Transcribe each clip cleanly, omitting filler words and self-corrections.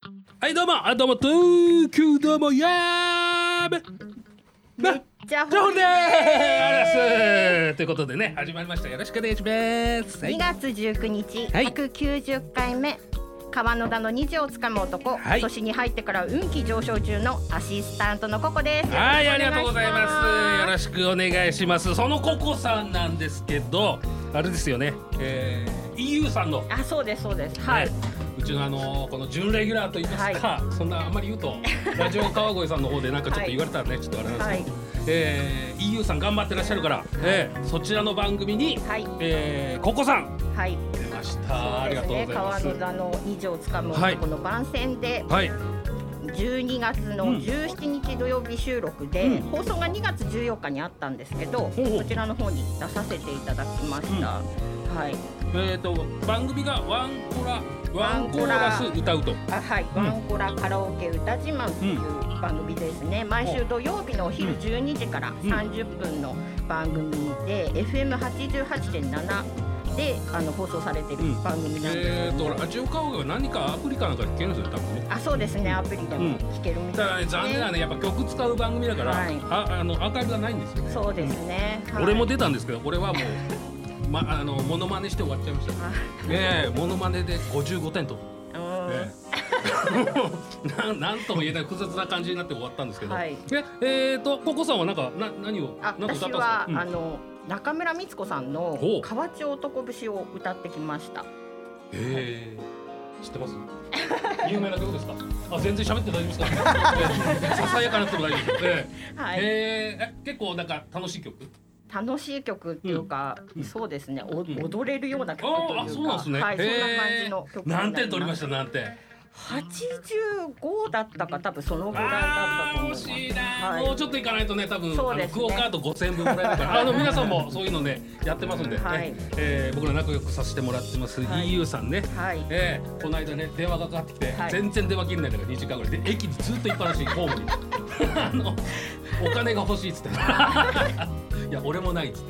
はいどうも東京どうもやーめめっちゃホリデーありがとうございますということでね始まりました。よろしくお願いします。 2月19日、 はい 190回目川野田の虹をつかむ男、 はい年に入ってから運気上昇中のアシスタントのココです。 はい、ありよろしくおがとうございます。よろしくお願いします。そのココさんなんですけど、あれですよね、EU さんの、 あ、そうですそうです。はい、 ね、うちのこの準レギュラーと言いますか、そんなあんまり言うとラジオ川越さんの方でなんかちょっと言われたらね、ちょっとあれなんですけど、EU さん頑張ってらっしゃるから、そちらの番組に、 はいココさん、 はい、 出ました。ありがとうございます。 川野田の虹をつかむ男の番宣で、 はい 12月の17日土曜日収録で、放送が2月14日にあったんですけど、こちらの方に出させていただきました。はい。 番組がワンコーラス歌うと。 はい、ワンコラカラオケ歌自慢という番組ですね。毎週土曜日のお昼12時から30分の番組で、FM88.7 で放送されている番組なんですけど、 ラジオ川越は何かアプリかなんかで聞けるんですよね、多分ね。 あ、そうですね、アプリでも聞けるみたいですね。 だからね、残念なね、やっぱ曲使う番組だから、アーカイブがないんですよね。 そうですね。 俺も出たんですけど、俺はもうモノマネして終わっちゃいました。モノマネで55点と。なんとも言えない複雑な感じになって終わったんですけど、ココさんは何を歌ったんですか？ 私は中村美津子さんの河内男節を歌ってきました。 知ってます？有名な曲ですか？あ、全然喋って大丈夫ですか？ささやかなくても大丈夫です。結構なんか楽しい曲？楽しい曲っていうか、そうですね、踊れるような曲というか、 そうなんですね。 はい、そんな感じの曲になります。 何点取りました？何点 ？85だったか、多分そのぐらいだったと思います。 惜しいな、もうちょっといかないとね、多分クオカード5000分もらえるから皆さんもそういうのねやってますんで、僕ら仲良くさせてもらってます EU さんね、この間ね電話がかかってきて、全然電話切れないのが2時間ぐらいで、駅にずっといっぱなしホームにお金が欲しいっつっていや俺もないっつって、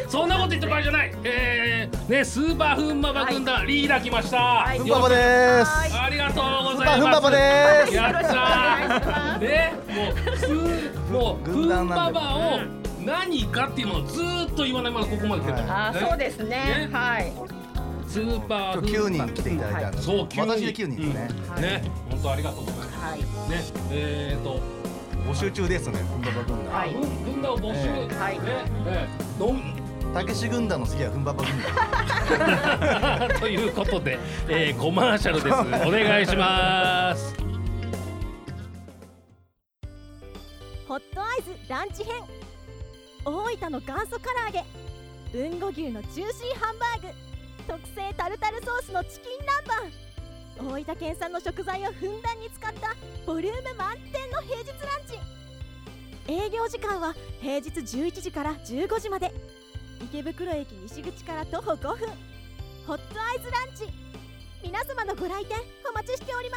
そんなこと言ってる場合じゃない。ね、スーパーフンババ軍団リーダー来ました。 フンババです。 ありがとうございます。 フンババです。 やったー。ね、もうフンババを何かっていうのをずーっと言わないままここまで来てた。 そうですね。はい。 スーパー 9人来ていただいた。そう、私で9人ですね。 ね、本当ありがとうございます。はい。ね、 募集中ですね、フンババ軍団。 はい。軍団を募集。はい。 たけし軍団の次はフンババ軍団。 ということで、コマーシャルです。お願いします。 ホットアイズランチ編。大分の元祖唐揚げ、豊後牛のジューシーハンバーグ、特製タルタルソースのチキン南蛮、大分県産の食材をふんだんに使ったボリューム満点の平日ランチ。営業時間は平日11時から15時まで。池袋駅西口から徒歩5分。ホットアイズランチ、皆様のご来店お待ちしております。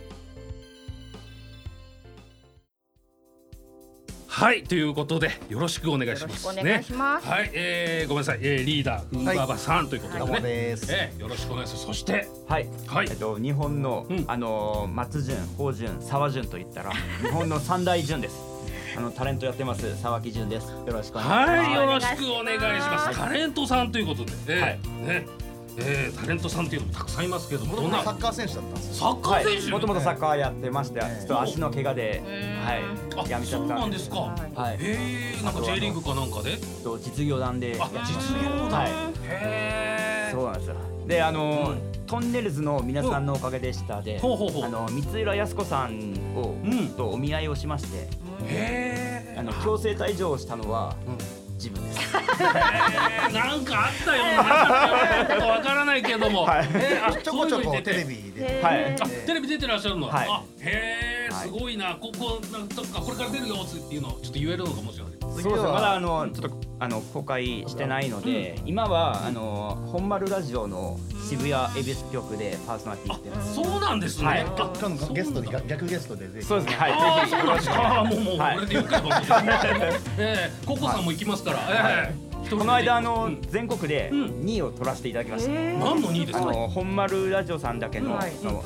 はい、ということでよろしくお願いします。 よろしくお願いします。 はい、ごめんなさい、リーダーフンババさんということでね、 よろしくお願いします。そして日本の松潤、宝潤、沢潤といったら日本の三大潤です。タレントやってます沢木潤です。よろしくお願いします。 はい、よろしくお願いします。タレントさんということで、タレントさんっていうのもたくさんいますけども、 どんなサッカー選手だったんですか？ サッカー選手、 もともとサッカーやってまして、ちょっと足の怪我でやめちゃったんで。 そうなんですか。なんか J リーグかなんかで実業団で。 実業団。 そうなんですよ。でトンネルズの皆さんのおかげでしたで、三浦靖子さんとお見合いをしまして、強制退場をしたのは自分です。 なんかあったような、なんかわからないけども、 ちょこちょこテレビで、 テレビ出てらっしゃるの。すごいな。これから出るよっていうのをちょっと言えるのかもしれない。 そうですね、まだちょっと公開してないので、今は本丸ラジオの渋谷恵比寿局でパーソナリティしてます。 そうなんですね。 ゲストで逆ゲストでぜひ。 そうですね。はい。ぜひよろしく。 もうこれでよければ。ココさんも行きますから。 この間全国で2位を取らせていただきました。 何の2位ですか？ 本丸ラジオさんだけの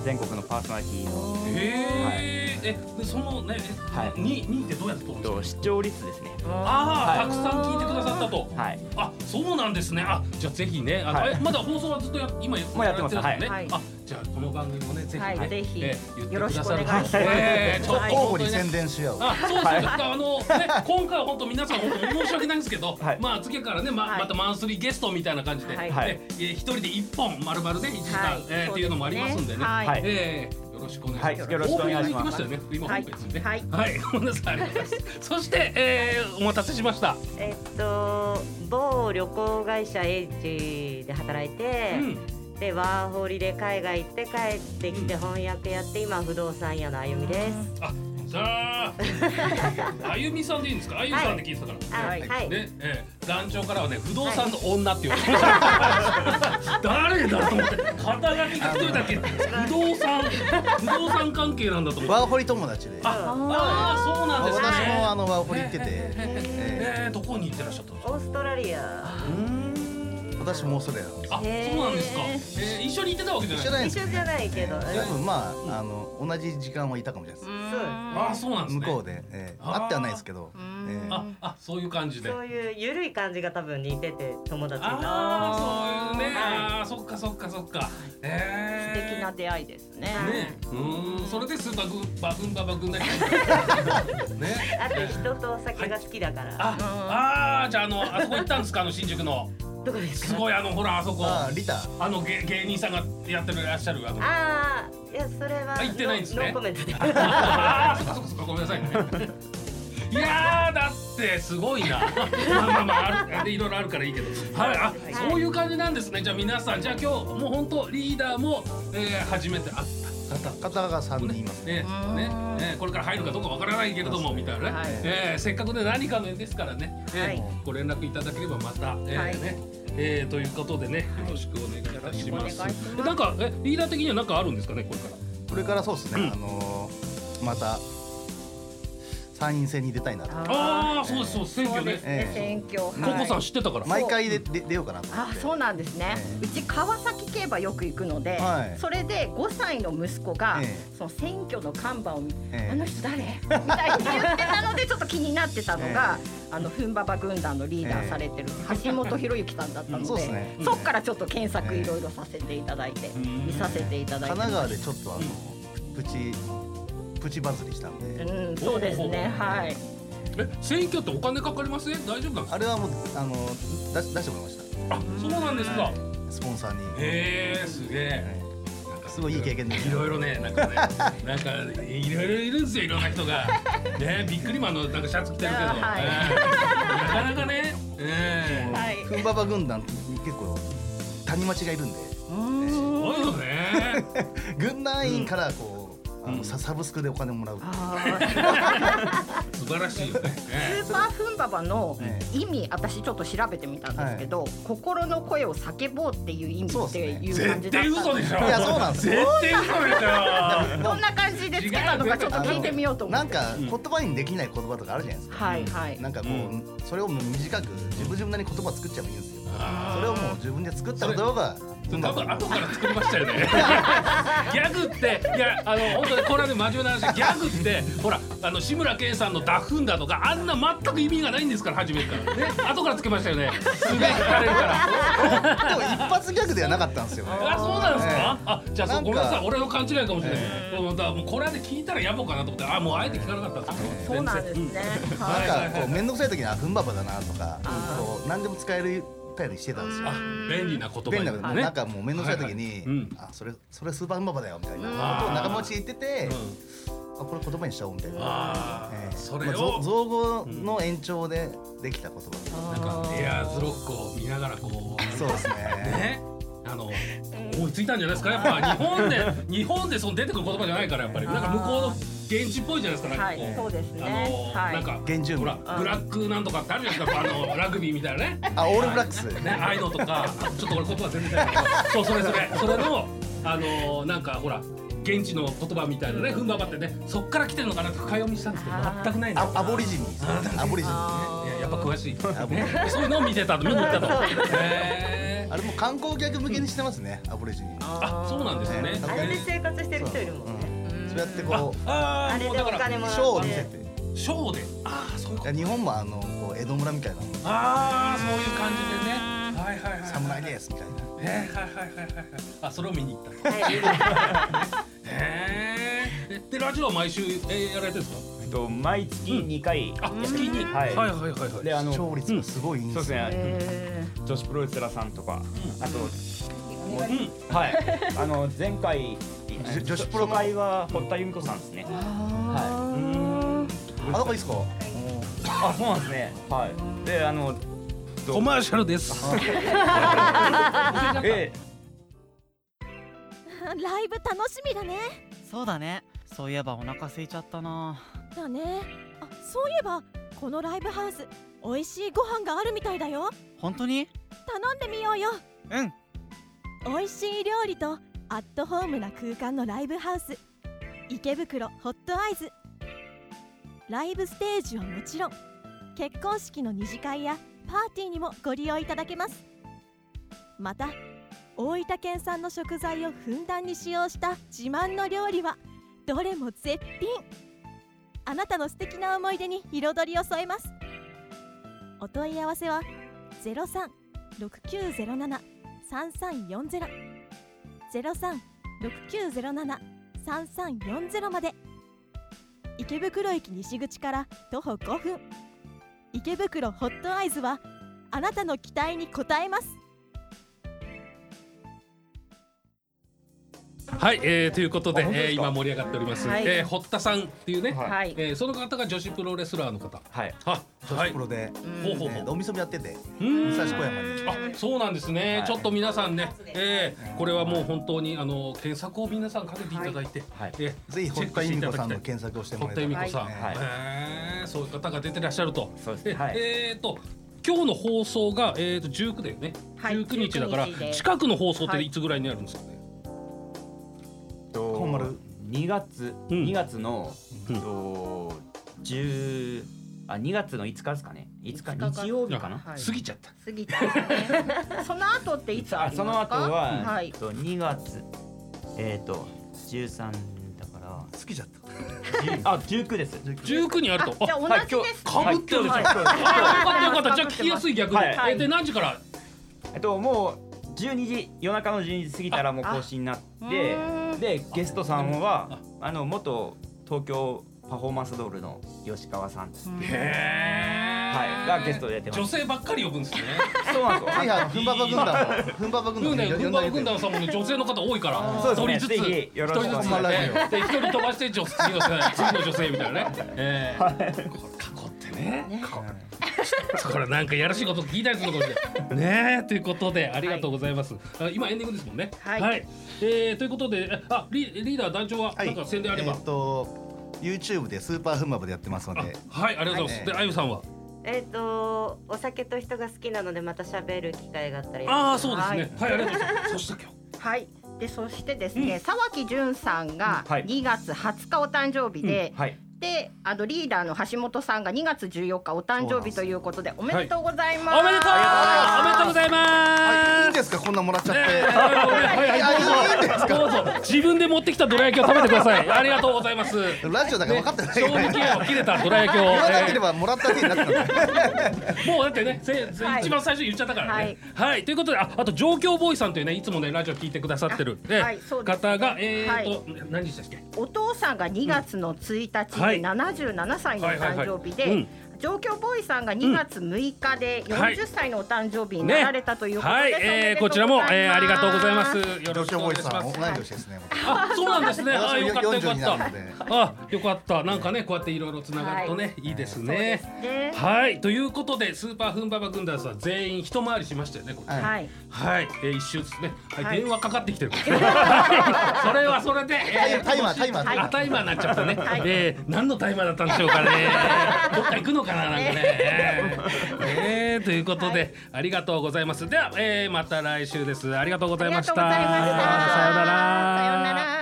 全国のパーソナリティの。 そのね、2位ってどうやって取るんですか？ 視聴率ですね。 たくさん聞いてくださったと。そうなんですね。じゃあぜひね、まだ放送はずっと今やってますよね。じゃあこの番組もねぜひぜひよろしくお願いします。 交互に宣伝しよう。 そうですね。今回は本当皆さん本当申し訳ないんですけど、まあ次からねまたマンスリーゲストみたいな感じで一人で1本丸々ね1時間っていうのもありますんでね。よろしくお願いします。 よろしくお願いします。 今本編ですね。はい、ごめんなさい。ありがとうございます。そしてお待たせしました。 某旅行会社エイジで働いて、でワーホリで海外行って帰ってきて翻訳やって今不動産屋のあゆみです。 じゃああゆみさんでいいんですか？あゆさんって聞いてたから。ね、団長からはね不動産の女って言われてました。誰だと思って肩書きが一人だけ不動産関係なんだと思って。 ワーホリ友達で。 そうなんですね。 私もワーホリ行ってて。 どこに行ってらっしゃったんですか？ オーストラリア。 私もそれや。 そうなんですか。一緒に行ってたわけじゃない。 一緒じゃないけど。 多分まあ同じ時間はいたかもしれないです。 そうなんですね。 向こうで会ってはないですけど。 そういう感じで。 そういうゆるい感じが多分似てて友達が。 そういうね。そっか。素敵な出会いですね。 それでスーパーバグンババグンだけ。 あと人とお酒が好きだから。 じゃあそこ行ったんですか？新宿の。 どこですか？ すごいほらあそこ。 リタ。 芸人さんがやってらっしゃるいやそれは言ってないんですね。 ノーコメントで。 そっかごめんなさいね。いやだってすごいな。まあいろいろあるからいいけど。そういう感じなんですね。じゃあ皆さん今日もう本当リーダーも初めて会った方が3人いますね。 これから入るかどうかわからないけれどもみたいなね。せっかくで何かの縁ですからね。ご連絡いただければまたということでねよろしくお願いいたします。なんかリーダー的には何かあるんですかねこれから。 これからそうですね。また参院選に出たいなと。 そうです選挙ね。 選挙。 ココさん知ってたから。 毎回出ようかなと。 そうなんですね。うち川崎競馬よく行くので、それで5歳の息子がその選挙の看板を見て、あの人誰？みたいに言ってたのでちょっと気になってたのが、ふんばば軍団のリーダーされてる橋本博之さんだったので、そっからちょっと検索いろいろさせていただいて見させていただいて。 神奈川でちょっとプチバズりしたんで。 そうですね。はい。 選挙ってお金かかりますね。大丈夫なんですか？ あれはもう出してもらいました。 そうなんですか。 スポンサーに。 すげえ。 すごいいい経験です。 いろいろねなんかいろいろいるんですよいろんな人が。ビックリマンのなんかシャツ着てるけど。なかなかね。 ふんばば軍団結構谷町がいるんで。 すごいよね。 軍団員からこう。サブスクでお金をもらう。 素晴らしいよね。 スーパーフンババの意味、私ちょっと調べてみたんですけど、心の声を叫ぼうっていう意味っていう感じだった。 絶対嘘でしょ。 いやそうなんですよ。 絶対嘘でしょ。 どんな感じでつけたのかちょっと聞いてみようと思って。 なんか言葉にできない言葉とかあるじゃないですか。 はいはい。 なんかこうそれを短く自分なりに言葉作っちゃえばいいんですよ。それをもう自分で作ったことが。 多分後から作りましたよね。ギャグって本当にこれはね真面目な話。ギャグってほら志村けんさんのダフンだとかあんな全く意味がないんですから初めからね。後からつけましたよね。すげえ聞かれるから。 でも一発ギャグではなかったんですよ。 そうなんですか。じゃあごめんなさい俺の勘違いかもしれない。もうこれで聞いたら野暮かなと思ってもうあえて聞かなかったんですよ。 そうなんですね。 なんかこう面倒くさい時にふんばばだなとかこう何でも使えるたりしてたんですよ。 便利な言葉になんかもう面倒くさい時にそれスーパーフンババだよみたいなことを仲間内で言っててこれ言葉にしちゃおうみたいな。それを造語の延長でできた言葉。 なんかエアーズロックを見ながらこう。 そうですね。 思いついたんじゃないですか。やっぱ日本でその出てくる言葉じゃないからやっぱりなんか向こうの現地っぽいじゃないですか。 はいそうですね。 なんか原住民ほらブラックなんとかってあるじゃないですか。ラグビーみたいなね。 オールブラックスねああいうのとかちょっと俺言葉全然ないけどそうそれのなんかほら現地の言葉みたいなねふんばばってねそっから来てるのかなって深読みしたんですけど全くないんです。 アボリジニアボリジニやっぱ詳しい。そういうのを見に行ったと。 あれも観光客向けにしてますね、アボリジニ。 あ、そうなんですね。 あれで生活してる人いるもんね。 そうやってこうあれでお金もらってショーを見せて。 ショーで。ああ、そういうこと。 日本もこう江戸村みたいな。 ああ、そういう感じでね。はいはいはい。 侍ですみたいな。 はいはいはいはい。あ、それを見に行った。でラジオは毎週やられてるんですか？ 毎月2回。 あ、月に。はいはいはいはい。 で視聴率がすごいいいんですね。女子プロレスラーさんとか、あとはい前回女子プロ会は堀田由美子さんですね。はい。 仲いいですか？ あ、そうなんですね。はい。でコマーシャルです。 ライブ楽しみだね。 そうだね。そういえばお腹空いちゃったな。 だね。あ、そういえばこのライブハウス美味しいご飯があるみたいだよ。 本当に？ 頼んでみようよ。 うん。 美味しい料理とアットホームな空間のライブハウス、池袋ホットアイズ。ライブステージはもちろん、結婚式の二次会やパーティーにもご利用いただけます。また大分県産の食材をふんだんに使用した自慢の料理はどれも絶品。あなたの素敵な思い出に彩りを添えます。お問い合わせは 03-6907-3340 03-6907-3340 まで。池袋駅西口から徒歩5分、池袋ホットアイズはあなたの期待に応えます。 はい、ということで、今盛り上がっております、堀田さんっていうね、その方が女子プロレスラーの方。 はい。女子プロでおみそびやってて、武蔵小山に。 あ、そうなんですね。ちょっと皆さんね、これはもう本当に検索を皆さんかけていただいて、 ぜひ堀田由美子さんの検索をしてもらいたい。 堀田由美子さん、そういう方が出てらっしゃると。今日の放送が19だよね。19日だから近くの放送っていつぐらいにあるんですかね。 2月の2月の5日ですかね。5日日曜日かな。 過ぎちゃった。 過ぎちゃった。その後っていつありますか？ その後は2月13だから過ぎちゃった。 19です。 19にあると。 じゃあ同じです。 かぶってるでしょ。よかったよかった。じゃあ聞きやすい逆に。で何時から？ もう12時、夜中の12時過ぎたらもう更新になって、でゲストさんは元東京パフォーマンスドールの吉川さんがゲストで出てます。 女性ばっかり呼ぶんですね。 そうなんですよ。 ふんばば軍団さんもね、女性の方多いから、 一人ずつ一人飛ばして次の女性みたいなね。囲ってね。これなんかやらしいこと聞いたりするのかもしれないね。ということでありがとうございます。今エンディングですもんね。はい。ということでリーダー団長はなんか宣伝あれば。 YouTube でスーパーフンバブでやってますので。 はい、ありがとうございます。であゆさんは。 お酒と人が好きなのでまた喋る機会があったり。 ああ、そうですね。はい、ありがとうございます。そして今日。 はい。でそしてですね、沢木淳さんが2月20日お誕生日で。でリーダーの橋本さんが2月14日お誕生日ということでおめでとうございます。 おめでとうございます。 いいんですか、こんなもらっちゃって。 どうぞ自分で持ってきたどら焼きを食べてください。ありがとうございます。 ラジオだから分かってない。 賞味期限を切れたどら焼きを。 言わなければもらった手になってた。 もうだってね、一番最初に言っちゃったからね。はい、ということであと上京ボーイさんというね、いつもねラジオ聞いてくださってる方が何でしたっけ。 お父さんが2月の1日で77歳のお誕生日で、上京ボーイさんが2月6日で40歳のお誕生日になられたということで、 こちらもありがとうございます。よろしくお願いします。 同い年ですね。 そうなんですね。よかったよかった。よかった。なんかねこうやっていろいろつながるとねいいですね。はい、ということでスーパーフンババ軍団さん全員一回りしましたよね。 はい。 一周ですね。電話かかってきてる。それはそれでタイマーになっちゃったね。何のタイマーだったんでしょうかね。どっか行くのかな、なんかね。ということでありがとうございます。ではまた来週です。ありがとうございました。さようなら。